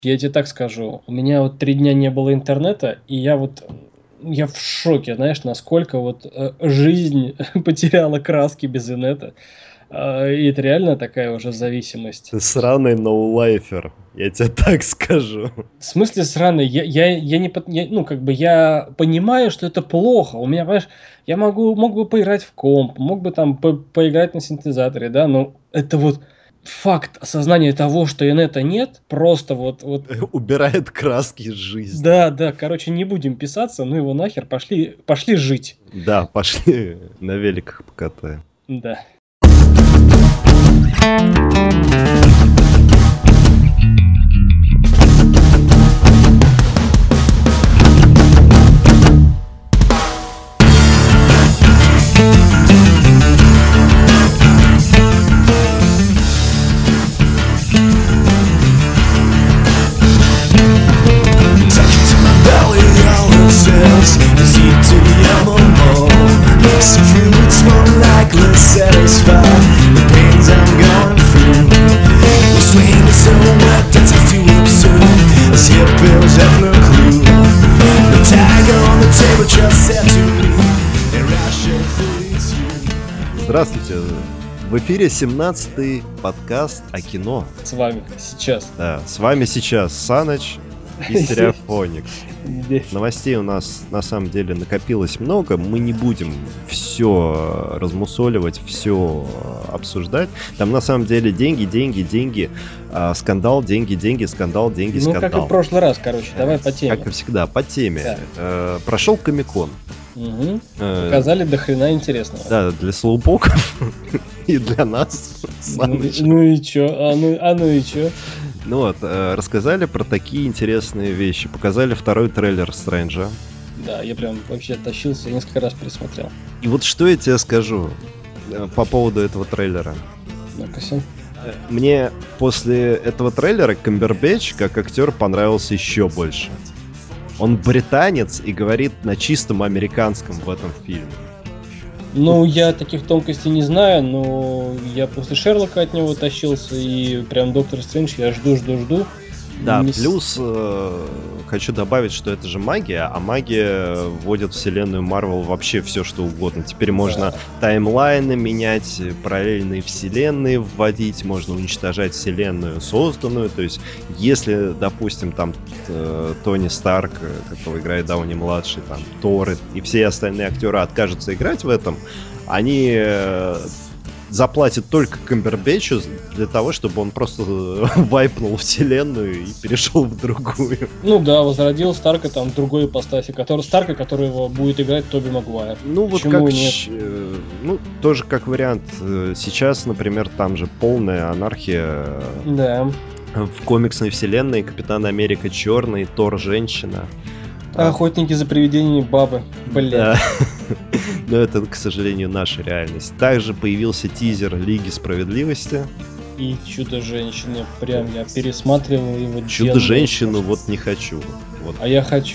Я тебе так скажу, у меня вот 3 дня не было интернета, и я в шоке, знаешь, насколько жизнь потеряла краски без инета. И это реально такая уже зависимость. Ты сраный ноулайфер, я тебе так скажу. В смысле сраный? Я не я понимаю, что это плохо. У меня, понимаешь, мог бы поиграть в комп, мог бы там поиграть на синтезаторе, да, но это вот факт осознания того, что инета нет, просто Убирает краски из жизни. Да, короче, не будем писаться, ну его нахер, пошли жить. Да, пошли на великах покатаем. Да. Здравствуйте, в эфире 17-й подкаст о кино. С вами сейчас. Да, с вами сейчас Саныч и Стереофоникс. Новостей у нас на самом деле накопилось много, мы не будем все размусоливать, все обсуждать. Там на самом деле деньги, скандал, деньги, скандал, деньги, скандал. Ну, как и в прошлый раз, короче, давай по теме. Как и всегда, по теме. Да. Прошел Комик-кон. Угу. Показали до хрена интересного. Да, для слоупоков и для нас. Ну и чё? Ну и чё? Ну вот, рассказали про такие интересные вещи. Показали второй трейлер Стрэнджа. Да, я прям вообще тащился и несколько раз пересмотрел. И вот что я тебе скажу по поводу этого трейлера. Ну-ка, мне после этого трейлера Камбербэтч как актер понравился еще больше. Он британец и говорит на чистом американском в этом фильме. Ну, я таких тонкостей не знаю, но я после Шерлока от него тащился, и прям Доктор Стрэндж я жду. Да, плюс хочу добавить, что это же магия, а магия вводит в вселенную Марвел вообще все, что угодно. Теперь можно таймлайны менять, параллельные вселенные вводить, можно уничтожать вселенную созданную. То есть, если, допустим, там Тони Старк, которого играет Дауни-младший, там Тор и все остальные актеры откажутся играть в этом, они заплатит только Камбербэтчу для того, чтобы он просто вайпнул вселенную и перешел в другую. Ну да, возродил Старка там в другой ипостаси, Старка, которого будет играть Тоби Магуайр. Ну почему вот как, нет? Ну тоже как вариант. Сейчас, например, там же полная анархия. Да. В комиксной вселенной Капитан Америка черный, Тор женщина. Охотники за привидениями бабы. Блин. Да. Но это, к сожалению, наша реальность. Также появился тизер Лиги Справедливости. И Чудо-женщины. Прям я пересматривал его. Чудо-женщину вот не хочу. Вот. А я хочу.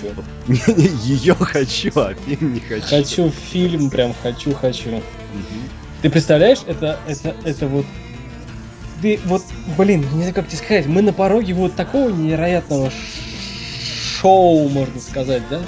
Ее хочу, а фильм не хочу. Хочу фильм, прям хочу. Ты представляешь, это вот... Ты вот, блин, не знаю, как тебе сказать, мы на пороге вот такого невероятного шоу, можно сказать, да?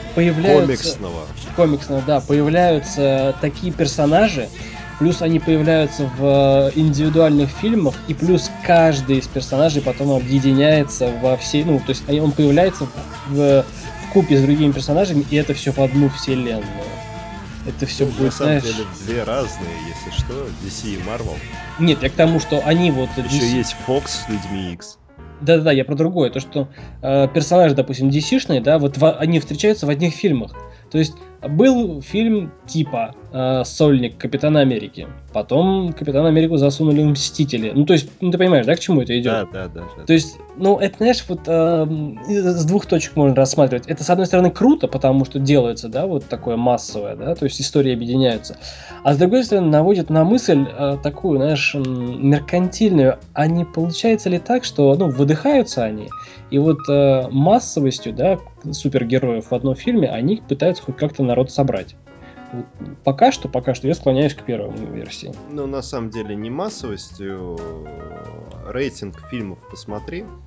Комиксного, да. Появляются такие персонажи, плюс они появляются в индивидуальных фильмах, и плюс каждый из персонажей потом объединяется во всей... Ну, то есть он появляется в купе с другими персонажами, и это все в одну вселенную. Это все будет, на самом деле, две разные, если что, DC и Marvel. Нет, я к тому, что они вот... Еще есть Fox с Людьми Икс. Да, я про другое. То, что персонажи, допустим, DC-шные, да, вот они встречаются в одних фильмах. То есть был фильм типа «Сольник Капитана Америки». Потом Капитана Америку засунули в «Мстители». Ну, то есть, ты понимаешь, да, к чему это идет? Да. То есть, ну, это, знаешь, вот с двух точек можно рассматривать. Это, с одной стороны, круто, потому что делается, да, вот такое массовое, да, то есть истории объединяются. А с другой стороны, наводит на мысль такую, знаешь, меркантильную. А не получается ли так, что, ну, выдыхаются они, и вот массовостью, да, супергероев в одном фильме, они пытаются хоть как-то народ собрать. Вот пока что я склоняюсь к первой версии. Ну, на самом деле, не массовостью. Рейтинг фильмов посмотри.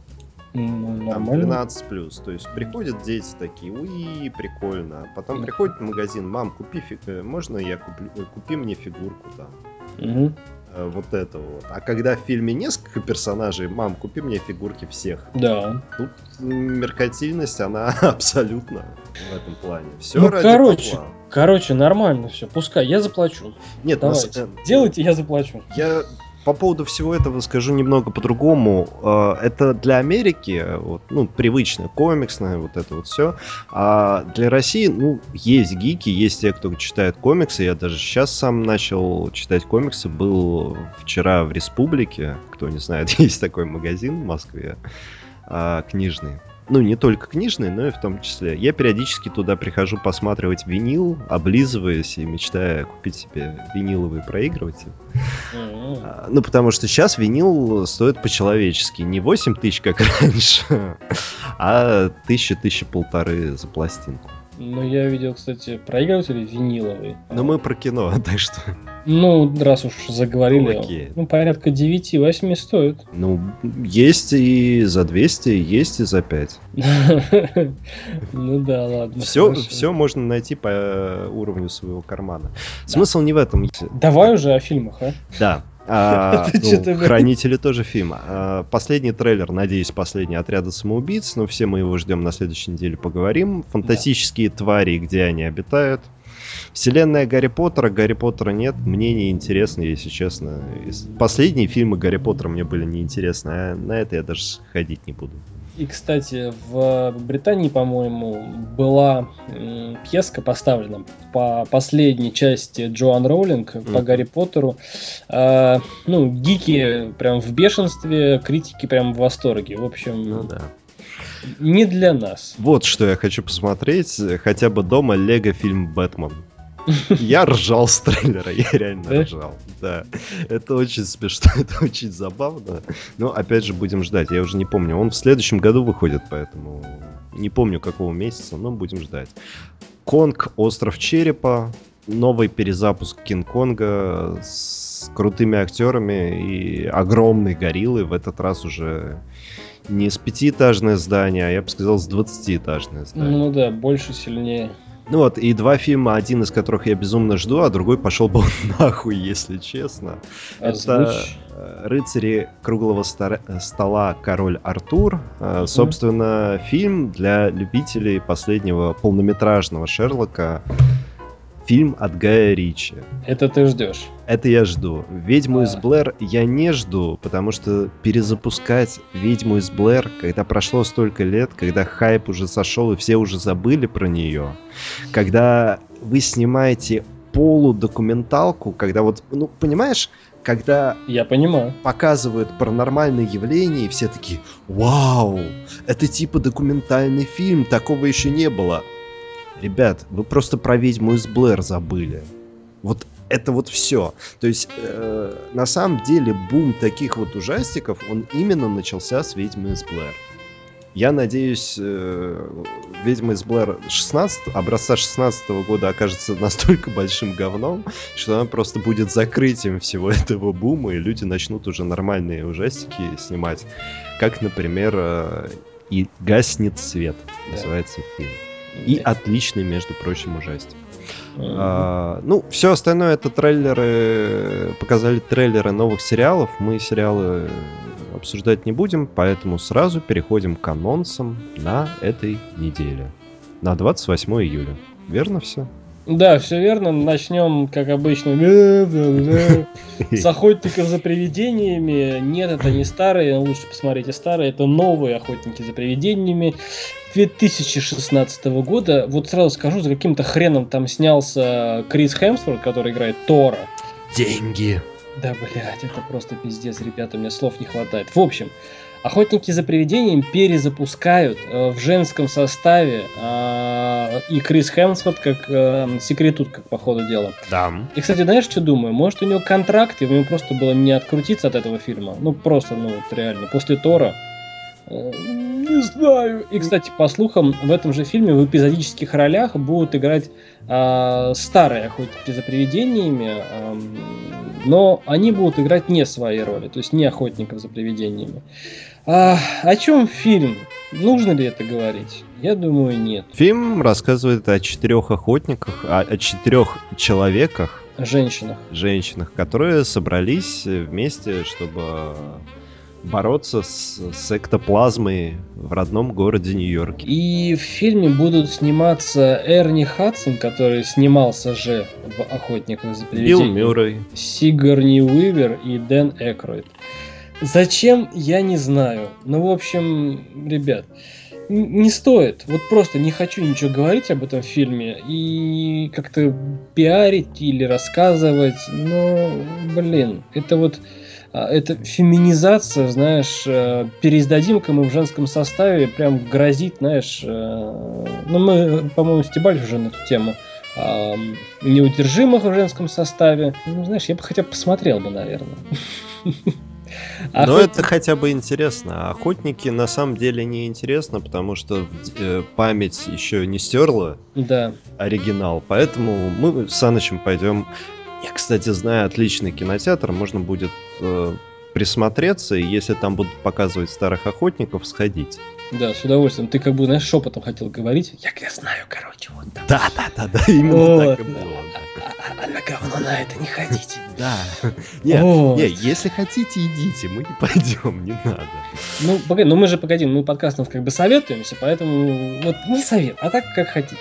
Ну, Там нормально. 13+. То есть приходят дети такие, уи, прикольно. А потом приходит в магазин, мам, можно я купи мне фигурку там. Мгм. Вот это вот. А когда в фильме несколько персонажей, мам, купи мне фигурки всех. Да. Тут меркантильность, она абсолютно в этом плане. Все Ну, ради короче, бабла. нормально все. Пускай, я заплачу. Нет, Давайте. Делайте, я заплачу. я по поводу всего этого скажу немного по-другому. Это для Америки, вот, ну, привычное, комиксное, вот это вот все. А для России, ну, есть гики, есть те, кто читает комиксы. Я даже сейчас сам начал читать комиксы. Был вчера в Республике. Кто не знает, есть такой магазин в Москве, книжный. Ну, не только книжный, но и в том числе. Я периодически туда прихожу посматривать винил, облизываясь и мечтая купить себе виниловый проигрыватель. Ну, потому что сейчас винил стоит по-человечески. Не 8 тысяч, как раньше, а 1000-1500 за пластинку. Ну, я видел, кстати, проигрыватель виниловый. Но мы про кино, так что... Ну, раз уж заговорили, Окей. ну, порядка 9-8 стоит. Ну, есть и за 200, есть и за 5. Ну да, ладно. Все можно найти по уровню своего кармана. Смысл не в этом. Давай уже о фильмах, а? Да. «Хранители» тоже фильм. Последний трейлер, надеюсь, последний «Отряда самоубийц», но все мы его ждем, на следующей неделе поговорим. Фантастические твари, где они обитают. Вселенная Гарри Поттера нет, мне не интересно, если честно. Последние фильмы Гарри Поттера мне были неинтересны, а на это я даже ходить не буду. И, кстати, в Британии, по-моему, была пьеска поставлена по последней части Джоан Роулинг по Гарри Поттеру. Ну, гики прям в бешенстве, критики прям в восторге. В общем, Ну да. не для нас. Вот что я хочу посмотреть, хотя бы дома, Лего-фильм «Бэтмен». Я ржал с трейлера, я реально ржал. Да, это очень смешно, это очень забавно. Но опять же будем ждать, я уже не помню. Он в следующем году выходит, поэтому не помню какого месяца, но будем ждать. «Конг. Остров черепа». Новый перезапуск Кинг-Конга с крутыми актерами и огромной гориллой. В этот раз уже не с 5-этажное здание, а я бы сказал, с 20-этажное здание. Ну да, больше, сильнее. Ну вот, и два фильма, один из которых я безумно жду, а другой пошел бы он нахуй, если честно. Это «Рыцари круглого стола. Король Артур». Собственно, фильм для любителей последнего полнометражного Шерлока. Фильм от Гая Ричи. Это ты ждешь? Это я жду. «Ведьму из Блэр» я не жду, потому что перезапускать «Ведьму из Блэр», когда прошло столько лет, когда хайп уже сошел и все уже забыли про нее, когда вы снимаете полудокументалку, когда вот, ну, понимаешь, когда я понимаю, показывают паранормальные явления, и все такие: «Вау, это типа документальный фильм, такого еще не было». Ребят, вы просто про «Ведьму из Блэр» забыли. Вот это вот все. То есть, на самом деле, бум таких вот ужастиков, он именно начался с «Ведьмы из Блэр». Я надеюсь, «Ведьма из Блэр» образца 16 года окажется настолько большим говном, что она просто будет закрытием всего этого бума, и люди начнут уже нормальные ужастики снимать. Как, например, «И гаснет свет», называется фильм. И отличный, между прочим, ужастик. Ну, все остальное это трейлеры. Показали трейлеры новых сериалов. Мы сериалы обсуждать не будем, поэтому сразу переходим к анонсам на этой неделе. На 28 июля. Верно все? Да, все верно. Начнем, как обычно, с «Охотников за привидениями». Нет, это не старые, лучше посмотрите старые. Это новые «Охотники за привидениями» 2016 года. Вот сразу скажу, за каким-то хреном там снялся Крис Хемсворт, который играет Тора. Деньги. Да, блядь, это просто пиздец, ребята, мне слов не хватает. В общем, «Охотники за привидениями» перезапускают в женском составе, и Крис Хемсворт как секретут, как по ходу дела. Да. И, кстати, знаешь, что думаю? Может, у него контракт, и ему просто было не открутиться от этого фильма. Ну, просто, ну, вот реально, после Тора. Не знаю. И, кстати, по слухам, в этом же фильме в эпизодических ролях будут играть старые «Охотники за привидениями». но они будут играть не свои роли, то есть не охотников за привидениями. О чем фильм? Нужно ли это говорить? Я думаю, нет. Фильм рассказывает о 4 охотниках, о 4 человеках, женщинах, которые собрались вместе, чтобы бороться с эктоплазмой в родном городе Нью-Йорке. И в фильме будут сниматься Эрни Хадсон, который снимался же в «Охотниках за привидениями», Билл Мюррей, Сигурни Уивер и Дэн Экройд. Зачем, я не знаю. Ну, в общем, ребят, не стоит. Вот просто не хочу ничего говорить об этом фильме и как-то пиарить или рассказывать. Но, это вот... Это феминизация, знаешь, переиздадим-ка мы в женском составе, прям грозит, знаешь, мы, по-моему, стебались уже на эту тему, неудержимых в женском составе. Ну, знаешь, я бы хотя бы посмотрел бы, наверное. Но это хотя бы интересно. А охотники на самом деле не интересно, потому что память еще не стерла оригинал, поэтому мы с Санычем пойдем. Я, кстати, знаю отличный кинотеатр, можно будет присмотреться, и если там будут показывать старых охотников, сходить. Да, с удовольствием. Ты как бы, знаешь, шепотом хотел говорить. Я знаю, короче, вот там. Да, именно так и было. А на говно на это не ходите. Да. Не, если хотите, идите, мы не пойдем, не надо. Ну, мы же, мы подкастом как бы советуемся, поэтому вот не совет, а так, как хотите.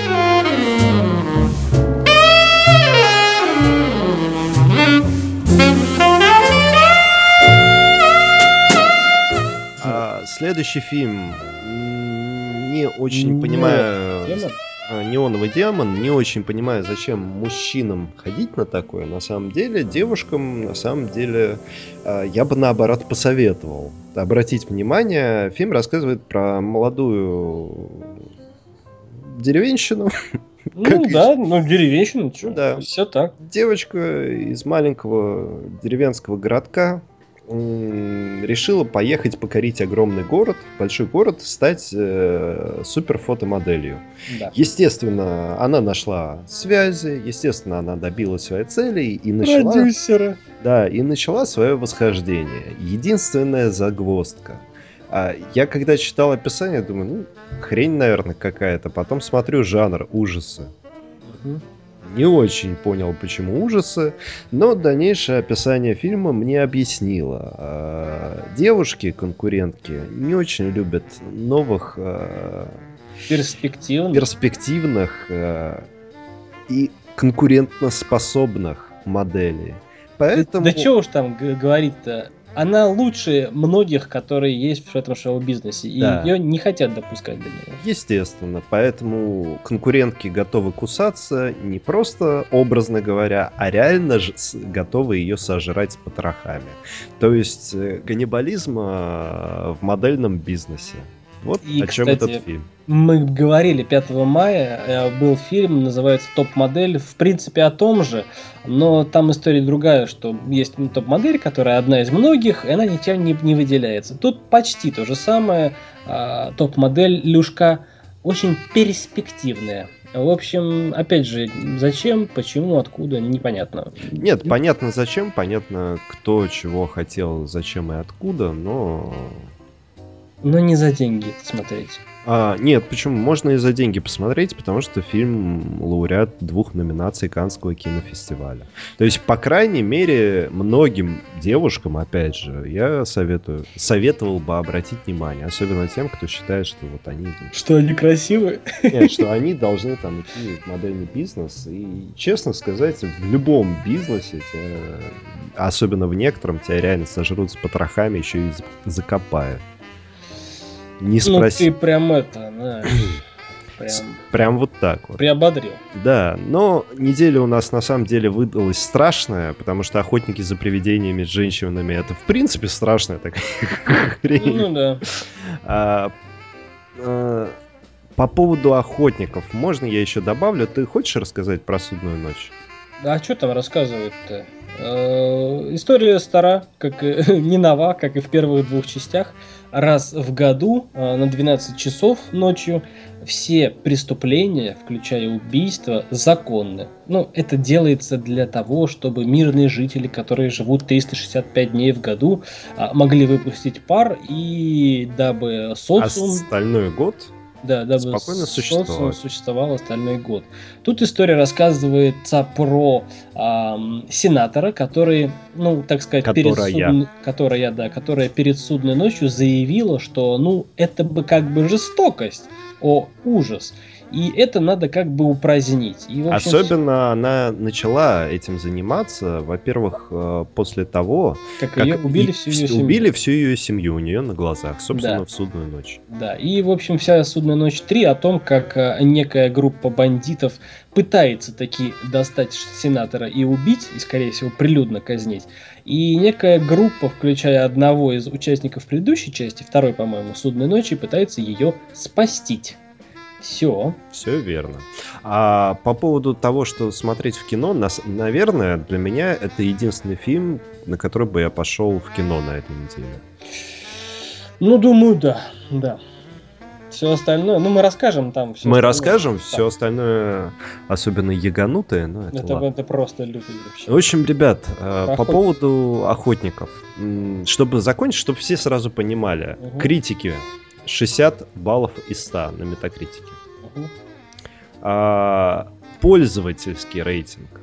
Следующий фильм, не очень понимаю, «Неоновый демон», не очень понимаю, зачем мужчинам ходить на такое. На самом деле, девушкам, я бы наоборот посоветовал обратить внимание. Фильм рассказывает про молодую деревенщину. Деревенщина, что? Да. Все так. Девочка из маленького деревенского городка решила поехать покорить огромный город, большой город, стать суперфотомоделью. Да. Естественно, она нашла связи, естественно, она добилась своей цели и начала... Продюсера. Да, и начала свое восхождение. Единственная загвоздка. Я когда читал описание, думаю, хрень, наверное, какая-то. Потом смотрю жанр ужасы. Не очень понял, почему ужасы, но дальнейшее описание фильма мне объяснило. Девушки-конкурентки не очень любят новых перспективных и конкурентоспособных моделей. Поэтому... Да чего уж там говорить-то? Она лучше многих, которые есть в этом шоу-бизнесе, и ее не хотят допускать до него. Естественно, поэтому конкурентки готовы кусаться не просто, образно говоря, а реально готовы ее сожрать с потрохами. То есть каннибализм в модельном бизнесе. Вот и, о чем этот фильм. Мы говорили 5 мая, был фильм, называется «Топ-модель», в принципе о том же, но там история другая, что есть топ-модель, которая одна из многих, и она ничем не выделяется. Тут почти то же самое, топ-модель Люшка очень перспективная. В общем, опять же, зачем, почему, откуда, непонятно. Нет, понятно зачем, понятно кто чего хотел, зачем и откуда, но... Но не за деньги смотреть. Нет, почему? Можно и за деньги посмотреть, потому что фильм лауреат 2 номинаций Каннского кинофестиваля. То есть, по крайней мере, многим девушкам, опять же, я советовал бы обратить внимание. Особенно тем, кто считает, что вот они... Что они красивые? Нет, что они должны там идти в модельный бизнес. И, честно сказать, в любом бизнесе, особенно в некотором, тебя реально сожрут с потрохами, еще и закопают. Не спроси. Ну ты прям знаешь, прям вот так вот. Приободрил. Да, но неделя у нас на самом деле выдалась страшная, потому что «Охотники за привидениями» с женщинами — это в принципе страшная такая хрень. Ну да. По поводу «Охотников» можно я еще добавлю? Ты хочешь рассказать про «Судную ночь»? А что там рассказывать-то? История стара, как не нова, как и в первых 2 частях. раз в году на 12 часов ночью все преступления, включая убийства, законны. Ну, это делается для того, чтобы мирные жители, которые живут 365 дней в году, могли выпустить пар, и дабы социум... Остальной год? Да, дабы спокойно социум существовал остальной год. Тут история рассказывается про сенатора, который, ну, так сказать, которая перед судной ночью заявила, что, ну, это бы как бы жестокость, ужас. И это надо как бы упразднить. И, в общем, особенно она начала этим заниматься, во-первых, после того, как ее убили всю ее семью. Убили всю ее семью у нее на глазах, собственно, да. В судную ночь. Да, и, в общем, вся судная ночь 3 о том, как некая группа бандитов пытается таки достать сенатора и убить, и, скорее всего, прилюдно казнить. И некая группа, включая одного из участников предыдущей части, второй, по-моему, судной ночи, пытается ее спасти. Все верно. А по поводу того, что смотреть в кино, наверное, для меня это единственный фильм, на который бы я пошел в кино на этой неделе. Ну, думаю, да. Все остальное, ну, мы расскажем там. Все остальное, особенно яганутое, но это просто лютый вообще. В общем, ребят, по поводу охотников. Чтобы закончить, чтобы все сразу понимали. Критики. 60 баллов из 100 на Метакритике. Пользовательский рейтинг.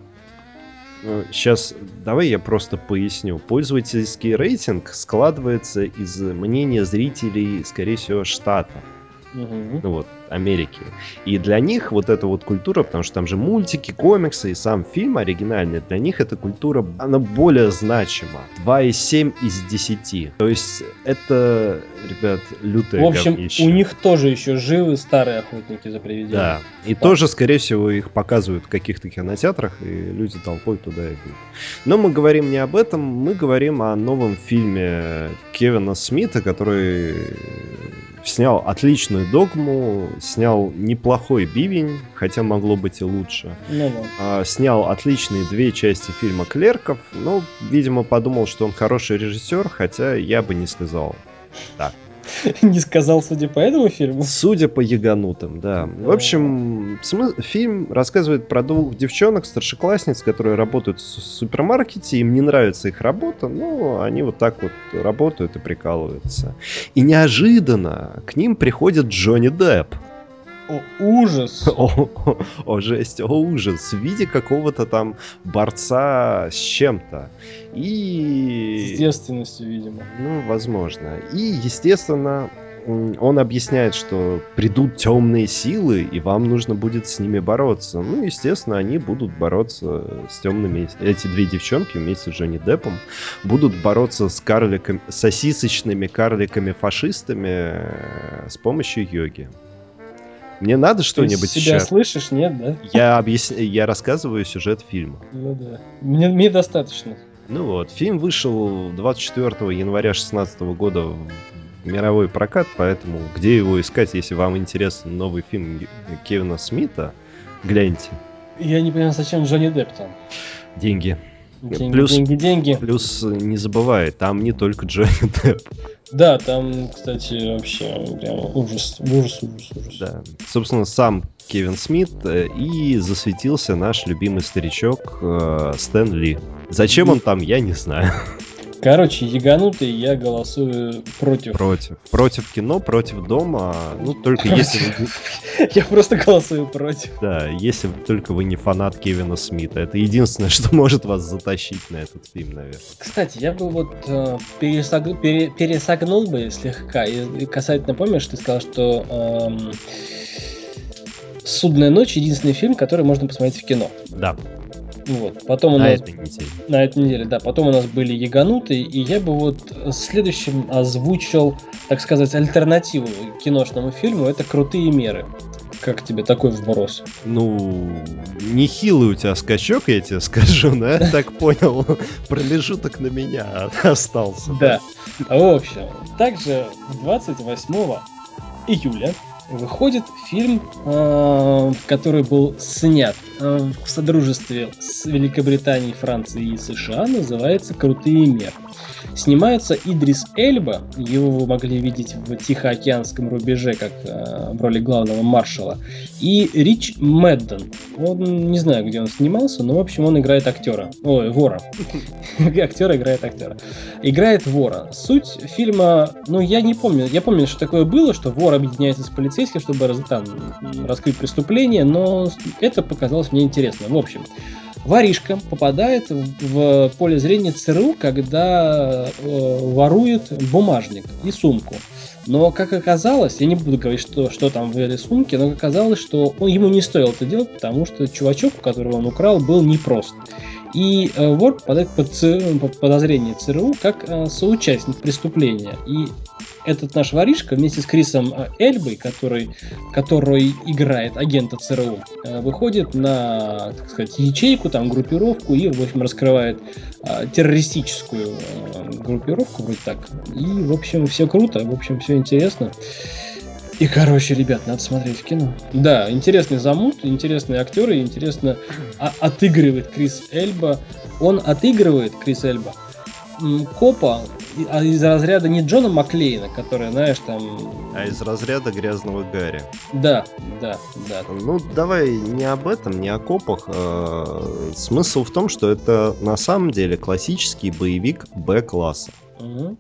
Сейчас давай я просто поясню. Пользовательский рейтинг складывается из мнения зрителей, скорее всего, Штатов. Ну вот, Америки. И для них вот эта вот культура, потому что там же мультики, комиксы и сам фильм оригинальный, для них эта культура, она более значима. 2,7 из 10. То есть это, ребят, лютое говнище. В общем, у них тоже еще живы старые охотники за привидениями. Да, и тоже, скорее всего, их показывают в каких-то кинотеатрах, и люди толпой туда идут. Но мы говорим не об этом, мы говорим о новом фильме Кевина Смита, который снял отличную «Догму», снял неплохой «Бивень», хотя могло быть и лучше. Снял отличные 2 части фильма «Клерков», но, видимо, подумал, что он хороший режиссер, хотя я бы не сказал так. Не сказал, судя по этому фильму? Судя по яганутым, да. В общем, фильм рассказывает про 2 девчонок, старшеклассниц, которые работают в супермаркете, им не нравится их работа, но они вот так вот работают и прикалываются. И неожиданно к ним приходит Джонни Депп. О, ужас! О, жесть, о, ужас. В виде какого-то там борца с чем-то. С девственностью, видимо. Ну, возможно. И, естественно, он объясняет, что придут темные силы, и вам нужно будет с ними бороться. Ну, естественно, они будут бороться с темными... Эти 2 девчонки вместе с Джонни Деппом будут бороться с сосисочными карликами-фашистами с помощью йоги. Мне надо что-нибудь сейчас... Ты себя слышишь, нет, да? Я рассказываю сюжет фильма. Ну да. Мне достаточно. Ну вот, фильм вышел 24 января 2016 года в мировой прокат, поэтому где его искать, если вам интересен новый фильм Кевина Смита, гляньте. Я не понимаю, зачем Джонни Депп там. Деньги. Деньги. Плюс не забывай, там не только Джонни Депп. Да, там, кстати, вообще прям ужас. Да. Собственно, сам Кевин Смит и засветился наш любимый старичок Стэн Ли. Зачем он там, я не знаю. Короче, яганутый, я голосую против. Против кино, против дома. Ну, только если вы... Я просто голосую против. Да, если только вы не фанат Кевина Смита. Это единственное, что может вас затащить на этот фильм, наверное. Кстати, я бы вот пересогнул бы слегка. И касательно, помнишь, ты сказал, что «Судная ночь» — единственный фильм, который можно посмотреть в кино. Да. Вот. Потом на этой неделе, да. Потом у нас были яганутые, и я бы вот следующим озвучил, так сказать, альтернативу киношному фильму. Это «Крутые меры». Как тебе такой вброс? Ну, нехилый у тебя скачок, я тебе скажу, да? Я так понял, промежуток на меня остался. Да. В общем, также 28 июля выходит фильм, который был снят в содружестве с Великобританией, Францией и США называется «Крутые меры». Снимается Идрис Эльба, его вы могли видеть в Тихоокеанском рубеже, как в роли главного маршала, и Рич Мэдден. Он, не знаю, где он снимался, но, в общем, он играет актера. Ой, вора. Актер играет актера. Играет вора. Суть фильма, ну, я не помню. Я помню, что такое было, что вор объединяется с полицейским, чтобы раскрыть преступление, но это показалось мне интересно. В общем, воришка попадает в поле зрения ЦРУ, когда ворует бумажник и сумку. Но, как оказалось, я не буду говорить, что там в этой сумке, но оказалось, что ему не стоило это делать, потому что чувачок, у которого он украл, был непрост. И вор попадает под подозрение ЦРУ как соучастник преступления. И этот наш воришка вместе с Крисом Эльбой, который играет агента ЦРУ, выходит на, так сказать, ячейку, там, группировку и, в общем, раскрывает террористическую группировку, вроде так. И, в общем, все круто, в общем, все интересно. И, короче, ребят, надо смотреть в кино. Да, интересный замут, интересные актеры, интересно отыгрывает Крис Эльба. Он отыгрывает, Крис Эльба, копа из разряда не Джона Маклейна, который, знаешь, там... А из разряда грязного Гарри. Да. Ну, давай не об этом, не о копах. Смысл в том, что это на самом деле классический боевик Б-класса. Угу.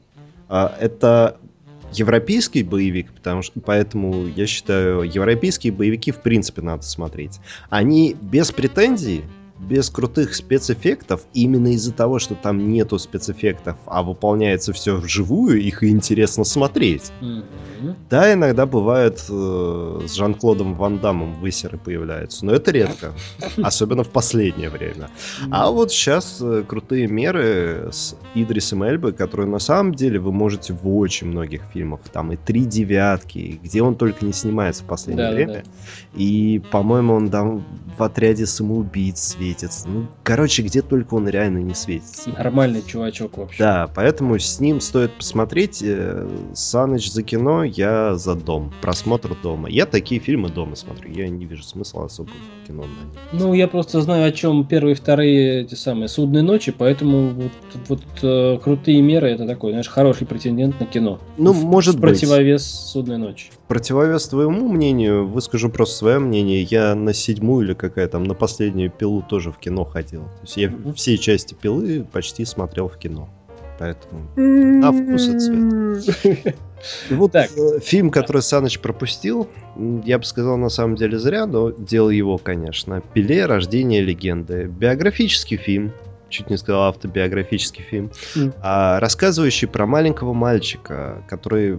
Это европейский боевик, поэтому я считаю, европейские боевики в принципе надо смотреть. Они без претензий, без крутых спецэффектов, именно из-за того, что там нету спецэффектов, а выполняется все вживую, их и интересно смотреть. Mm-hmm. Да, иногда бывает с Жан-Клодом Ван Даммом высеры появляются, но это редко, особенно в последнее время. А вот сейчас крутые меры с Идрисом Эльбой, которые на самом деле вы можете в очень многих фильмах, там и «Три девятки», где он только не снимается в последнее время. Да. И, по-моему, он там в «Отряде самоубийц» светится. Ну, короче, где только он реально не светится. Нормальный чувачок вообще. Да, поэтому с ним стоит посмотреть. Саныч за кино, я за дом. Просмотр дома. Я такие фильмы дома смотрю. Я не вижу смысла особо в кино на них. Ну, я просто знаю, о чем первые и вторые эти самые «Судные ночи», поэтому вот «Крутые меры» — это такой, знаешь, хороший претендент на кино. Ну, может быть. Противовес «Судной ночи». Противовес твоему мнению, выскажу просто свое мнение. Я на 7-ю или какая там, на последнюю «Пилу» тоже в кино ходил. То есть я все части «Пилы» почти смотрел в кино. Поэтому на вкус и цвет. И вот так. Фильм, который Саныч пропустил, я бы сказал, на самом деле зря, но дело его, конечно. «Пеле. Рождение легенды». Биографический фильм. Чуть не сказал автобиографический фильм. Рассказывающий про маленького мальчика, который...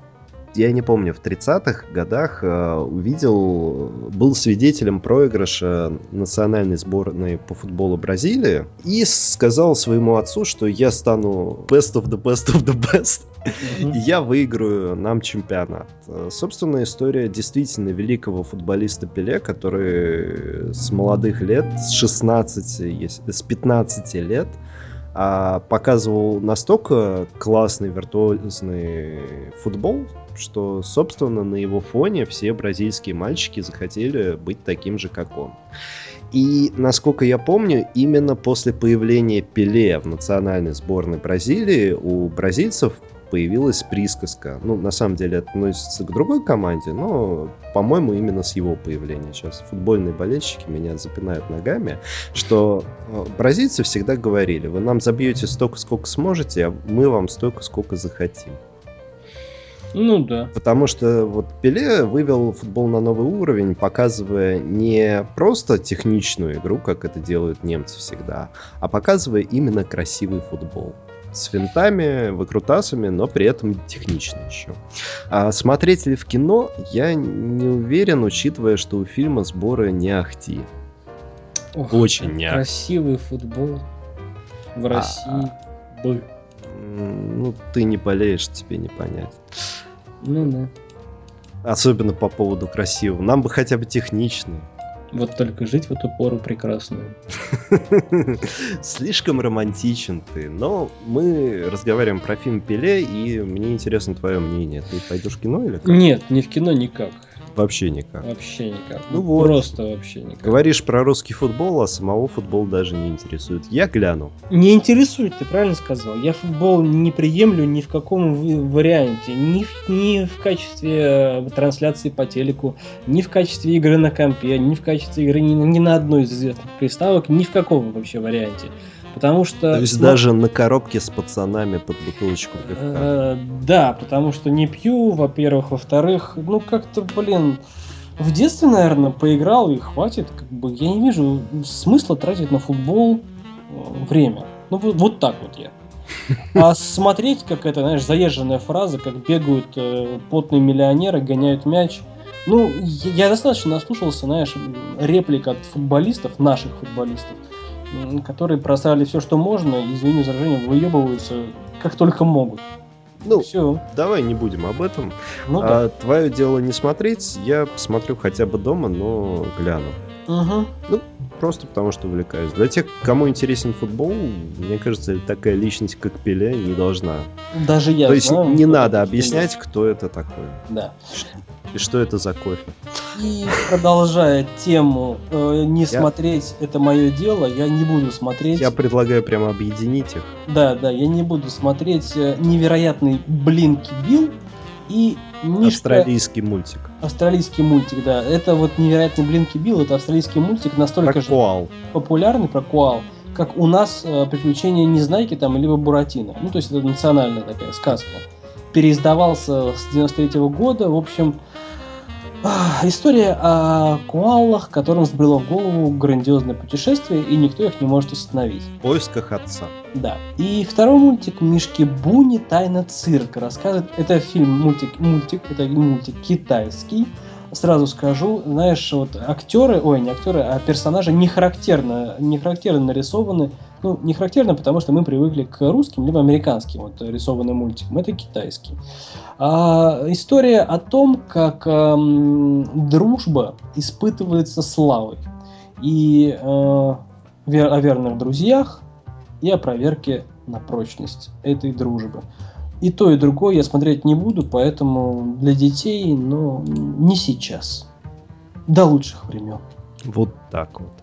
Я не помню, в 30-х годах был свидетелем проигрыша национальной сборной по футболу Бразилии и сказал своему отцу, что я стану best of the best of the best, и я выиграю нам чемпионат. Собственно, история действительно великого футболиста Пеле, который с молодых лет, с 15 лет, показывал настолько классный, виртуозный футбол, что, собственно, на его фоне все бразильские мальчики захотели быть таким же, как он. И, насколько я помню, именно после появления Пеле в национальной сборной Бразилии у бразильцев появилась присказка. Ну, на самом деле, это относится к другой команде, но, по-моему, именно с его появления. Сейчас футбольные болельщики меня запинают ногами, что бразильцы всегда говорили: вы нам забьете столько, сколько сможете, а мы вам столько, сколько захотим. Ну да. Потому что вот Пеле вывел футбол на новый уровень, показывая не просто техничную игру, как это делают немцы всегда, а показывая именно красивый футбол. С финтами, выкрутасами, но при этом технично еще. А смотреть ли в кино, я не уверен, учитывая, что у фильма сборы не ахти. Ох, очень не ахти. Красивый футбол в России был. Ну, ты не болеешь, тебе не понять. Ну да. Особенно по поводу красивого. Нам бы хотя бы техничный. Вот только жить в эту пору прекрасную. Слишком романтичен ты. Но мы разговариваем про фильм «Пеле», и мне интересно твое мнение. Ты пойдешь в кино или как? Нет, не в кино никак. Вообще никак. Вообще никак. Ну вот. Просто вообще никак. Говоришь про русский футбол, а самого футбол даже не интересует. Я гляну. Не интересует, ты правильно сказал. Я футбол не приемлю ни в каком варианте. Ни в качестве трансляции по телеку, ни в качестве игры на компе, ни в качестве игры ни на одной из известных приставок, ни в каком вообще варианте. Потому что... То есть даже на коробке с пацанами под бутылочку пивка. Да, потому что не пью, во-первых. Во-вторых, ну как-то, блин... В детстве, наверное, поиграл и хватит. Как бы я не вижу смысла тратить на футбол время. Ну вот так вот я. А смотреть, как это, знаешь, заезженная фраза, как бегают потные миллионеры, гоняют мяч. Ну, я достаточно наслушался, знаешь, реплик от футболистов, наших футболистов, которые просрали все, что можно, и, извини за выражение, выебываются как только могут. Ну, все. Давай не будем об этом. Ну, да. Твое дело не смотреть, я посмотрю хотя бы дома, но гляну. Угу. Ну, просто потому что увлекаюсь. Для тех, кому интересен футбол, мне кажется, такая личность, как Пеле, не должна. Даже я. То есть знаю, не надо объяснять, кто это такой. Да. И что это за кофе. И продолжая тему не смотреть это мое дело, я не буду смотреть. Я предлагаю прямо объединить их. Да, я не буду смотреть невероятный Блинки Билл и Мишка... Австралийский мультик, да. Это вот невероятный Блинки Билл, это австралийский мультик настолько же популярный про коал, как у нас приключения Незнайки там, либо Буратино. Ну, то есть это национальная такая сказка. Переиздавался с 93-го года. В общем, история о коалах, которым сбрело в голову грандиозное путешествие, и никто их не может остановить. В поисках отца. Да. И второй мультик «Мишки Буни. Тайна цирка» рассказывает. Это мультик китайский. Сразу скажу, знаешь, вот персонажи не характерно нарисованы. Ну, не характерно, потому что мы привыкли к русским либо американским рисованным мультикам. Это китайский. История о том, как дружба испытывается славой. И о верных друзьях, и о проверке на прочность этой дружбы. И то, и другое я смотреть не буду, поэтому для детей, но не сейчас. До лучших времен. Вот так вот.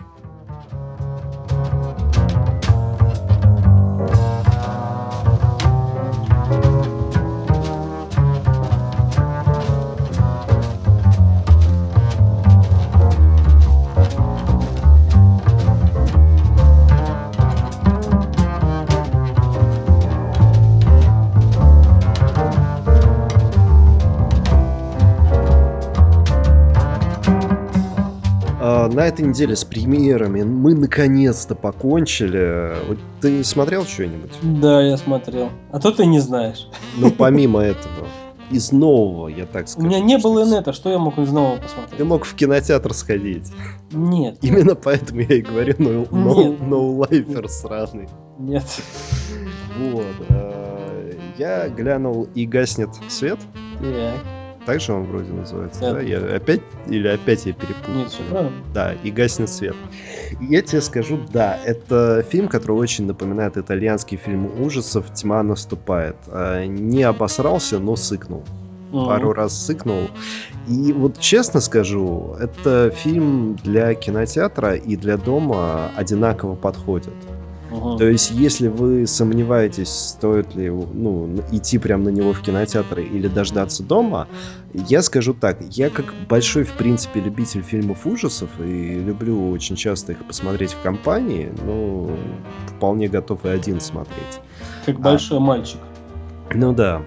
На этой неделе с премьерами мы наконец-то покончили. Вот ты смотрел что-нибудь? Да, я смотрел. А то ты не знаешь. Ну, помимо этого, из нового, я так скажу. У меня не было инета, что я мог из нового посмотреть? Ты мог в кинотеатр сходить. Нет. Именно поэтому я и говорю, ноулайфер сраный. Нет. Вот. Я глянул «И гаснет свет». Так же он вроде называется, да? Опять я перепутал? Нет, все правильно. Да, «И гаснет свет». Я тебе скажу, да, это фильм, который очень напоминает итальянский фильм ужасов «Тьма наступает». Не обосрался, но сыкнул. Пару раз сыкнул. И вот честно скажу, это фильм для кинотеатра и для дома одинаково подходит. То есть, если вы сомневаетесь, стоит ли идти прямо на него в кинотеатр или дождаться дома, я скажу так, я как большой, в принципе, любитель фильмов ужасов и люблю очень часто их посмотреть в компании, но вполне готов и один смотреть. Как большой мальчик. Ну да.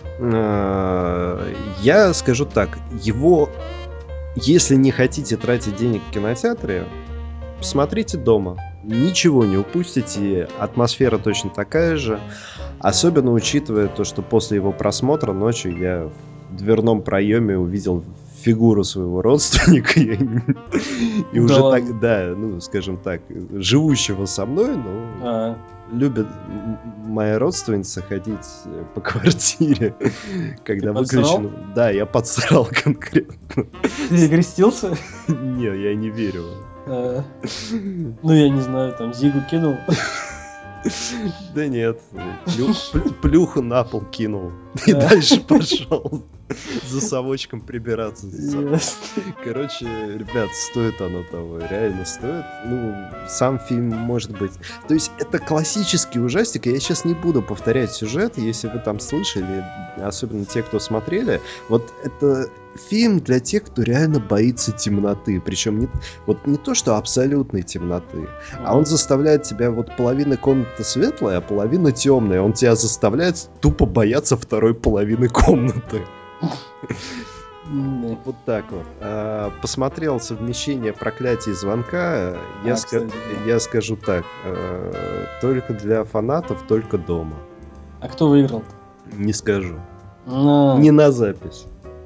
Я скажу так, его, если не хотите тратить денег в кинотеатре, смотрите дома. Ничего не упустите, атмосфера точно такая же. Особенно учитывая то, что после его просмотра ночью я в дверном проеме увидел фигуру своего родственника. И уже так, да, скажем так, живущего со мной, но любит моя родственница ходить по квартире, когда выключено. Да, я подсрал конкретно. Ты крестился? Не, я не верю. Ну, я не знаю, там Зигу кинул. Да нет, плюху на пол кинул и дальше пошел. За совочком прибираться. Короче, ребят, стоит оно того, реально стоит. Ну, сам фильм может быть... То есть это классический ужастик, я сейчас не буду повторять сюжет, если вы там слышали, особенно те, кто смотрели. Вот это фильм для тех, кто реально боится темноты. Причем не то, что абсолютной темноты, а он заставляет тебя, вот половина комнаты светлая, а половина темная. Он тебя заставляет тупо бояться второй половины комнаты. Вот так вот. Посмотрел совмещение проклятия и звонка. Я скажу так. Только для фанатов, только дома. А кто выиграл? Не скажу. Не на запись.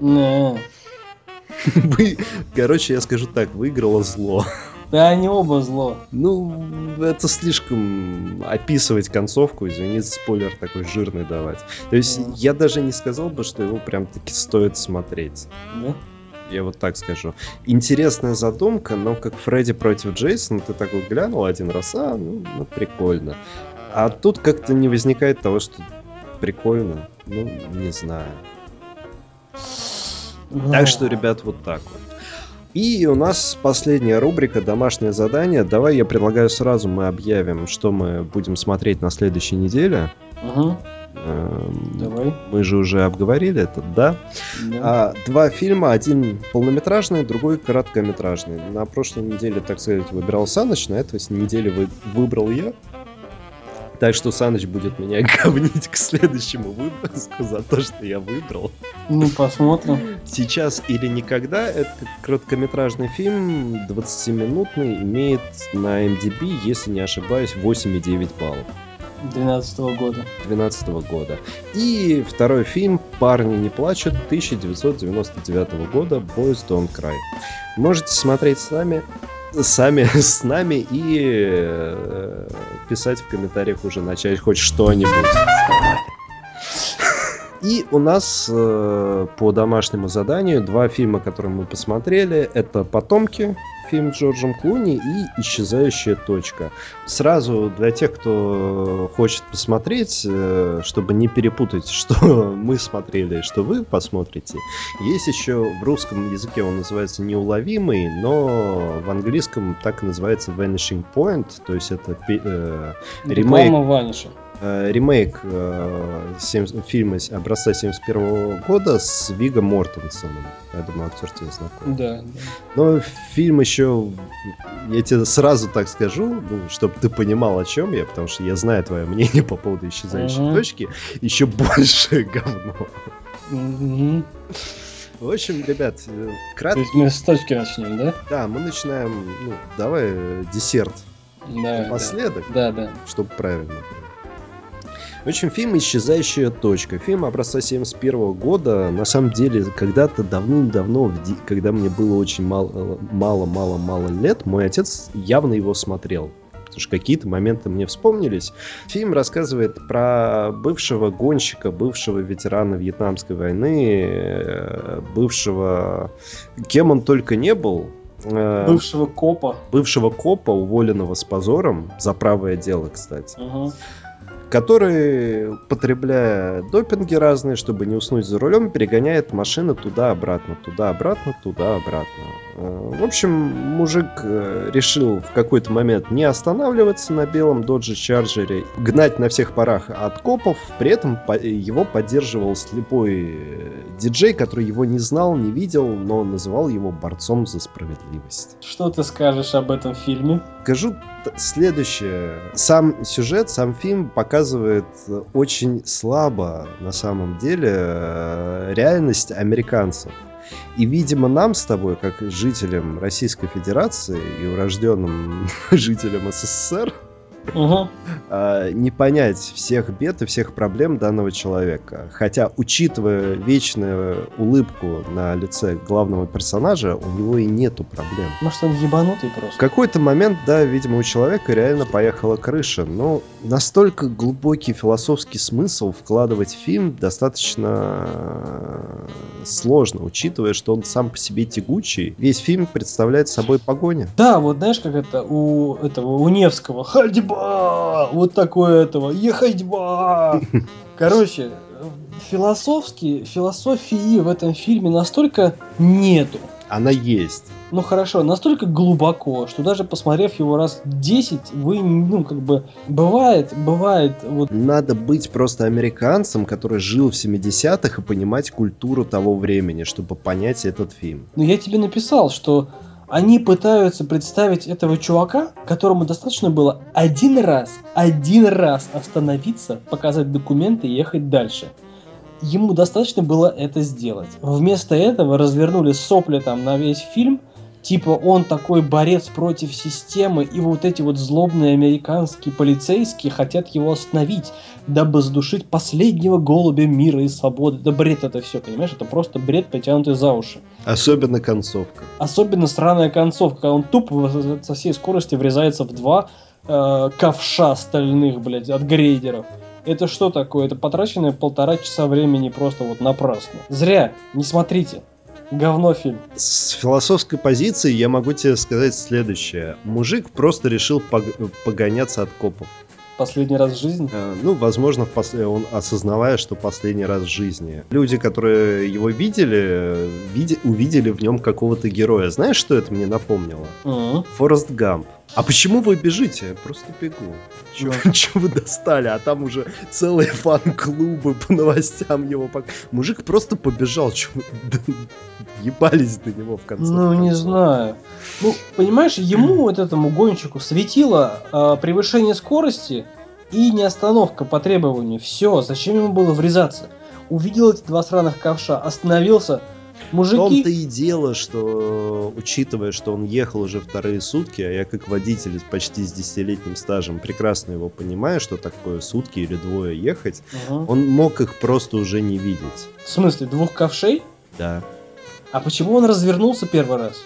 Короче, я скажу так. Выиграло зло. Да, они оба зло. Ну, это слишком описывать концовку, извините, спойлер такой жирный давать. То есть я даже не сказал бы, что его прям-таки стоит смотреть. Да? Я вот так скажу. Интересная задумка, но как Фредди против Джейсона, ты так вот глянул один раз, ну прикольно. А тут как-то не возникает того, что прикольно. Ну, не знаю. Так что, ребят, вот так вот. И у нас последняя рубрика «Домашнее задание». Давай я предлагаю сразу мы объявим, что мы будем смотреть на следующей неделе. Давай. Мы же уже обговорили это, да? Два фильма, один полнометражный, другой короткометражный. На прошлой неделе, так сказать, выбирал Саныч, на этой неделе выбрал я. Так что Саныч будет меня говнить к следующему выпуску за то, что я выбрал. Ну, посмотрим. «Сейчас или никогда» — это короткометражный фильм, 20-минутный, имеет на MDB, если не ошибаюсь, 8,9 баллов. 2012 года. И второй фильм «Парни не плачут» 1999 года, «Boys Don't Cry». Можете смотреть с нами и писать в комментариях уже, начать хоть что-нибудь. И у нас по домашнему заданию два фильма, которые мы посмотрели. Это «Потомки», фильм с Джорджем Клуни, и «Исчезающая точка». Сразу для тех, кто хочет посмотреть, чтобы не перепутать, что мы смотрели и что вы посмотрите, есть еще в русском языке он называется «Неуловимый», но в английском так и называется «Vanishing Point», то есть это ремейк фильма образца 1971 года с Виггом Мортенсеном. Я думаю, актер тебе знаком. Да. Но фильм еще, я тебе сразу так скажу, чтобы ты понимал, о чем я, потому что я знаю твое мнение по поводу «Исчезающей точки», еще больше говно. В общем, ребят, кратко... То есть мы с точки начнем, да? Да, мы начинаем, давай десерт напоследок, чтобы правильно было. В общем, фильм «Исчезающая точка». Фильм образца 1971 года. На самом деле, когда-то давным-давно, когда мне было очень мало лет, мой отец явно его смотрел. Потому что какие-то моменты мне вспомнились. Фильм рассказывает про бывшего гонщика, бывшего ветерана Вьетнамской войны, бывшего... Кем он только не был. Бывшего копа. Уволенного с позором. За правое дело, кстати. Который, потребляя допинги разные, чтобы не уснуть за рулем, перегоняет машины туда-обратно. В общем, мужик решил в какой-то момент не останавливаться на белом Dodge Charger, гнать на всех парах от копов, при этом его поддерживал слепой диджей, который его не знал, не видел, но называл его борцом за справедливость. Что ты скажешь об этом фильме? Скажу следующее. Сам сюжет, сам фильм показывает очень слабо, на самом деле, реальность американцев. И, видимо, нам с тобой, как жителям Российской Федерации и урожденным жителям СССР, не понять всех бед и всех проблем данного человека. Хотя, учитывая вечную улыбку на лице главного персонажа, у него и нету проблем. Может, он ебанутый просто? В какой-то момент, да, видимо, у человека реально поехала крыша. Но настолько глубокий философский смысл вкладывать в фильм достаточно сложно, учитывая, что он сам по себе тягучий. Весь фильм представляет собой погоня. Да, вот знаешь, как это у Невского. Ходьба! Вот такое этого. Ехать-ба! Короче, философии в этом фильме настолько нету. Она есть. Ну хорошо, настолько глубоко, что даже посмотрев его раз 10, вы, бывает, вот... Надо быть просто американцем, который жил в 70-х и понимать культуру того времени, чтобы понять этот фильм. Но я тебе написал, что они пытаются представить этого чувака, которому достаточно было один раз остановиться, показать документы и ехать дальше. Ему достаточно было это сделать. Вместо этого развернули сопли там на весь фильм, типа он такой борец против системы, и вот эти вот злобные американские полицейские хотят его остановить, дабы задушить последнего голубя мира и свободы. Да бред это все, понимаешь? Это просто бред, потянутый за уши. Особенно концовка. Особенно странная концовка, когда он тупо со всей скорости врезается в два ковша стальных, блядь, от грейдеров. Это что такое? Это потраченное 1,5 часа времени просто вот напрасно. Зря, не смотрите. Говно фильм. С философской позиции я могу тебе сказать следующее. Мужик просто решил погоняться от копов. Последний раз в жизни? Возможно, он осознавая, что последний раз в жизни. Люди, которые его видели, увидели в нем какого-то героя. Знаешь, что это мне напомнило? Форест Гамп. А почему вы бежите? Я просто бегу. Чего вы достали? А там уже целые фан-клубы по новостям его. Мужик просто побежал. Чего ебались до него в конце? Не знаю. Понимаешь, ему, вот этому гонщику, светило превышение скорости и не остановка по требованию. Все, зачем ему было врезаться? Увидел эти два сраных ковша, остановился. Мужики... В том-то и дело, что, учитывая, что он ехал уже вторые сутки, а я как водитель почти с 10-летним стажем прекрасно его понимаю, что такое сутки или двое ехать, он мог их просто уже не видеть. В смысле, двух ковшей? Да. А почему он развернулся первый раз?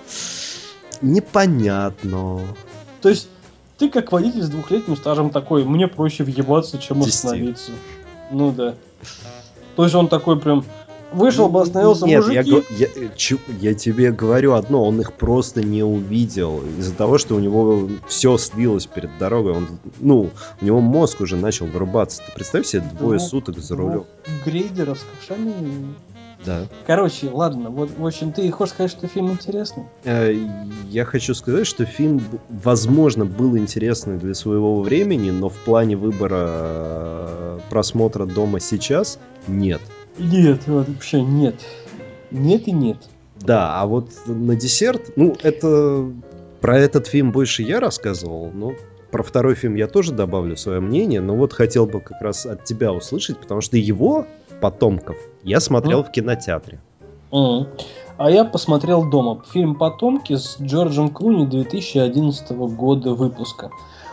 Непонятно. То есть, ты как водитель с 2-летним стажем такой, мне проще въебаться, чем остановиться. Ну да. То есть он такой прям... Вышел бы, остановился, нет, мужики. Я тебе говорю одно, он их просто не увидел. Из-за того, что у него все слилось перед дорогой. У него мозг уже начал вырубаться. Ты представь себе, 2 суток за рулем. Грейдеров с ковшами. Да. Короче, ладно, вот, в общем, ты хочешь сказать, что фильм интересный? Я хочу сказать, что фильм, возможно, был интересный для своего времени, но в плане выбора просмотра дома сейчас нет. Нет, вообще нет. Нет и нет. Да, а вот на десерт, это... Про этот фильм больше я рассказывал, но про второй фильм я тоже добавлю свое мнение, но вот хотел бы как раз от тебя услышать, потому что его, «Потомков», я смотрел в кинотеатре. А я посмотрел дома. Фильм «Потомки» с Джорджем Клуни 2011 года выпуска.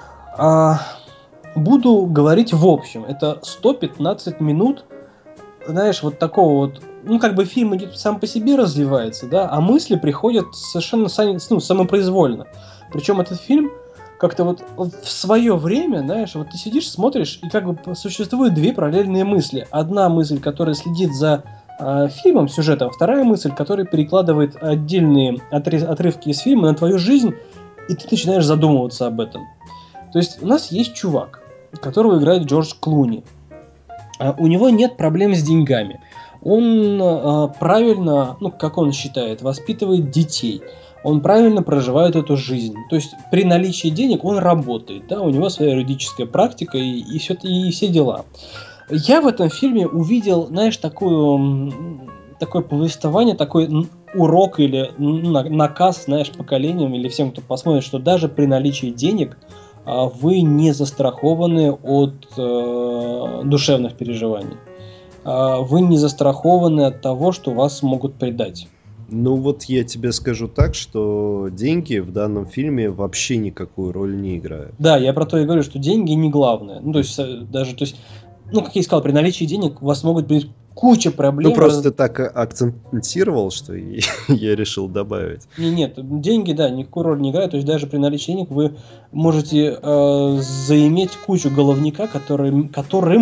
Буду говорить в общем. Это 115 минут, знаешь, вот такого вот... фильм идет сам по себе развивается, да, а мысли приходят совершенно самопроизвольно. Причем этот фильм как-то вот в свое время, знаешь, вот ты сидишь, смотришь, и как бы существуют две параллельные мысли. Одна мысль, которая следит за фильмом, сюжетом, вторая мысль, которая перекладывает отдельные отрывки из фильма на твою жизнь, и ты начинаешь задумываться об этом. То есть у нас есть чувак, которого играет Джордж Клуни. У него нет проблем с деньгами. Он правильно, как он считает, воспитывает детей. Он правильно проживает эту жизнь. То есть при наличии денег он работает. Да, у него своя юридическая практика и все дела. Я в этом фильме увидел, знаешь, такое повествование, такой урок или наказ, знаешь, поколениям или всем, кто посмотрит, что даже при наличии денег вы не застрахованы от душевных переживаний. Вы не застрахованы от того, что вас могут предать. Я тебе скажу так, что деньги в данном фильме вообще никакую роль не играют. Да, я про то и говорю, что деньги не главное. Как я сказал, при наличии денег у вас могут быть куча проблем. Просто ты так акцентировал, что я решил добавить. Нет, деньги, да, никакую роль не играют. То есть даже при наличии денег вы можете заиметь кучу головника, которым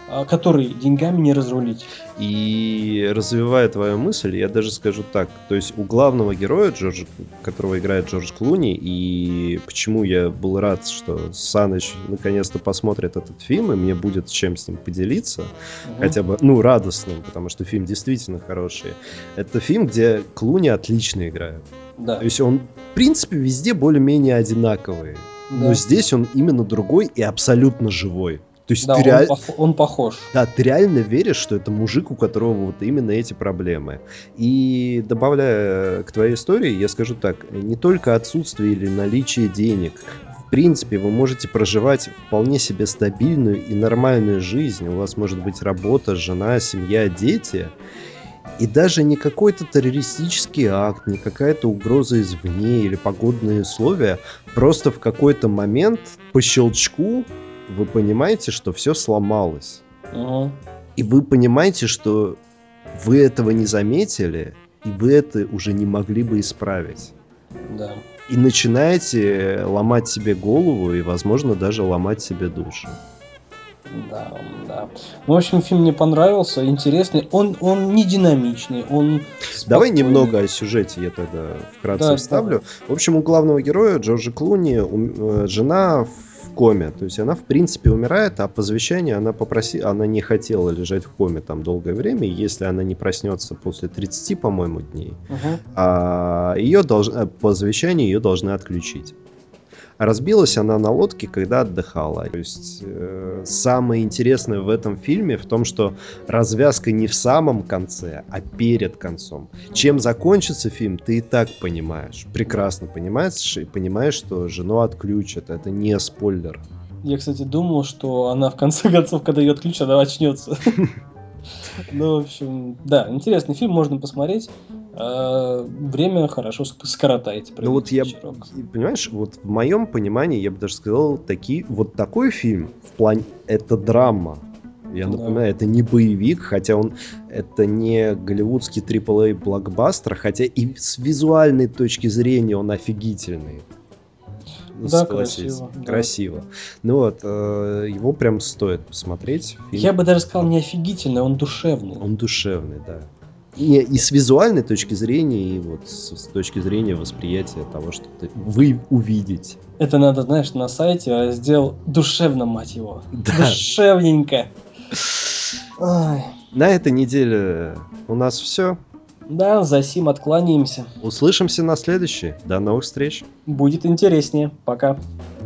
который деньгами не разрулить. И развивая твою мысль, я даже скажу так. То есть у главного героя, которого играет Джордж Клуни, и почему я был рад, что Саныч наконец-то посмотрит этот фильм, и мне будет чем с ним поделиться, хотя бы, радостным, потому что фильм действительно хороший. Это фильм, где Клуни отлично играет. Да. То есть он, в принципе, везде более-менее одинаковый. Да. Но здесь он именно другой и абсолютно живой. То есть да, он похож. Да, ты реально веришь, что это мужик, у которого вот именно эти проблемы. И добавляя к твоей истории, я скажу так, не только отсутствие или наличие денег. В принципе, вы можете проживать вполне себе стабильную и нормальную жизнь. У вас может быть работа, жена, семья, дети. И даже не какой-то террористический акт, не какая-то угроза извне или погодные условия. Просто в какой-то момент по щелчку вы понимаете, что все сломалось. И вы понимаете, что вы этого не заметили, и вы это уже не могли бы исправить. Да. И начинаете ломать себе голову и, возможно, даже ломать себе душу. Да. В общем, фильм мне понравился, интересный. Он не динамичный, он спокойный. Давай немного о сюжете я тогда вкратце вставлю. В общем, у главного героя Джорджа Клуни жена в коме. То есть она, в принципе, умирает, а по завещанию она не хотела лежать в коме там долгое время, если она не проснется после 30, по-моему, дней. А по завещанию ее должны отключить. Разбилась она на лодке, когда отдыхала. То есть самое интересное в этом фильме в том, что развязка не в самом конце, а перед концом. Чем закончится фильм, ты и так понимаешь. Прекрасно понимаешь, и понимаешь, что жену отключат. Это не спойлер. Я, кстати, думал, что она в конце концов, когда ее отключат, она очнется. Ну, в общем, да, интересный фильм, можно посмотреть. Время хорошо скоротаете. Ну вот понимаешь, вот в моем понимании, я бы даже сказал, такой фильм в плане, это драма. Я напоминаю, это не боевик, хотя это не голливудский AAA блокбастер, хотя и с визуальной точки зрения он офигительный. Да, красиво. Красиво. Ну вот, его прям стоит посмотреть. Фильм. Я бы даже сказал, не офигительный, он душевный. Он душевный, да. И с визуальной точки зрения, и вот с точки зрения восприятия того, что вы увидите. Это надо, знаешь, на сайте раздел «Душевно», мать его. Да. Душевненько. Ой. На этой неделе у нас все. Да, за сим откланяемся. Услышимся на следующей. До новых встреч. Будет интереснее. Пока.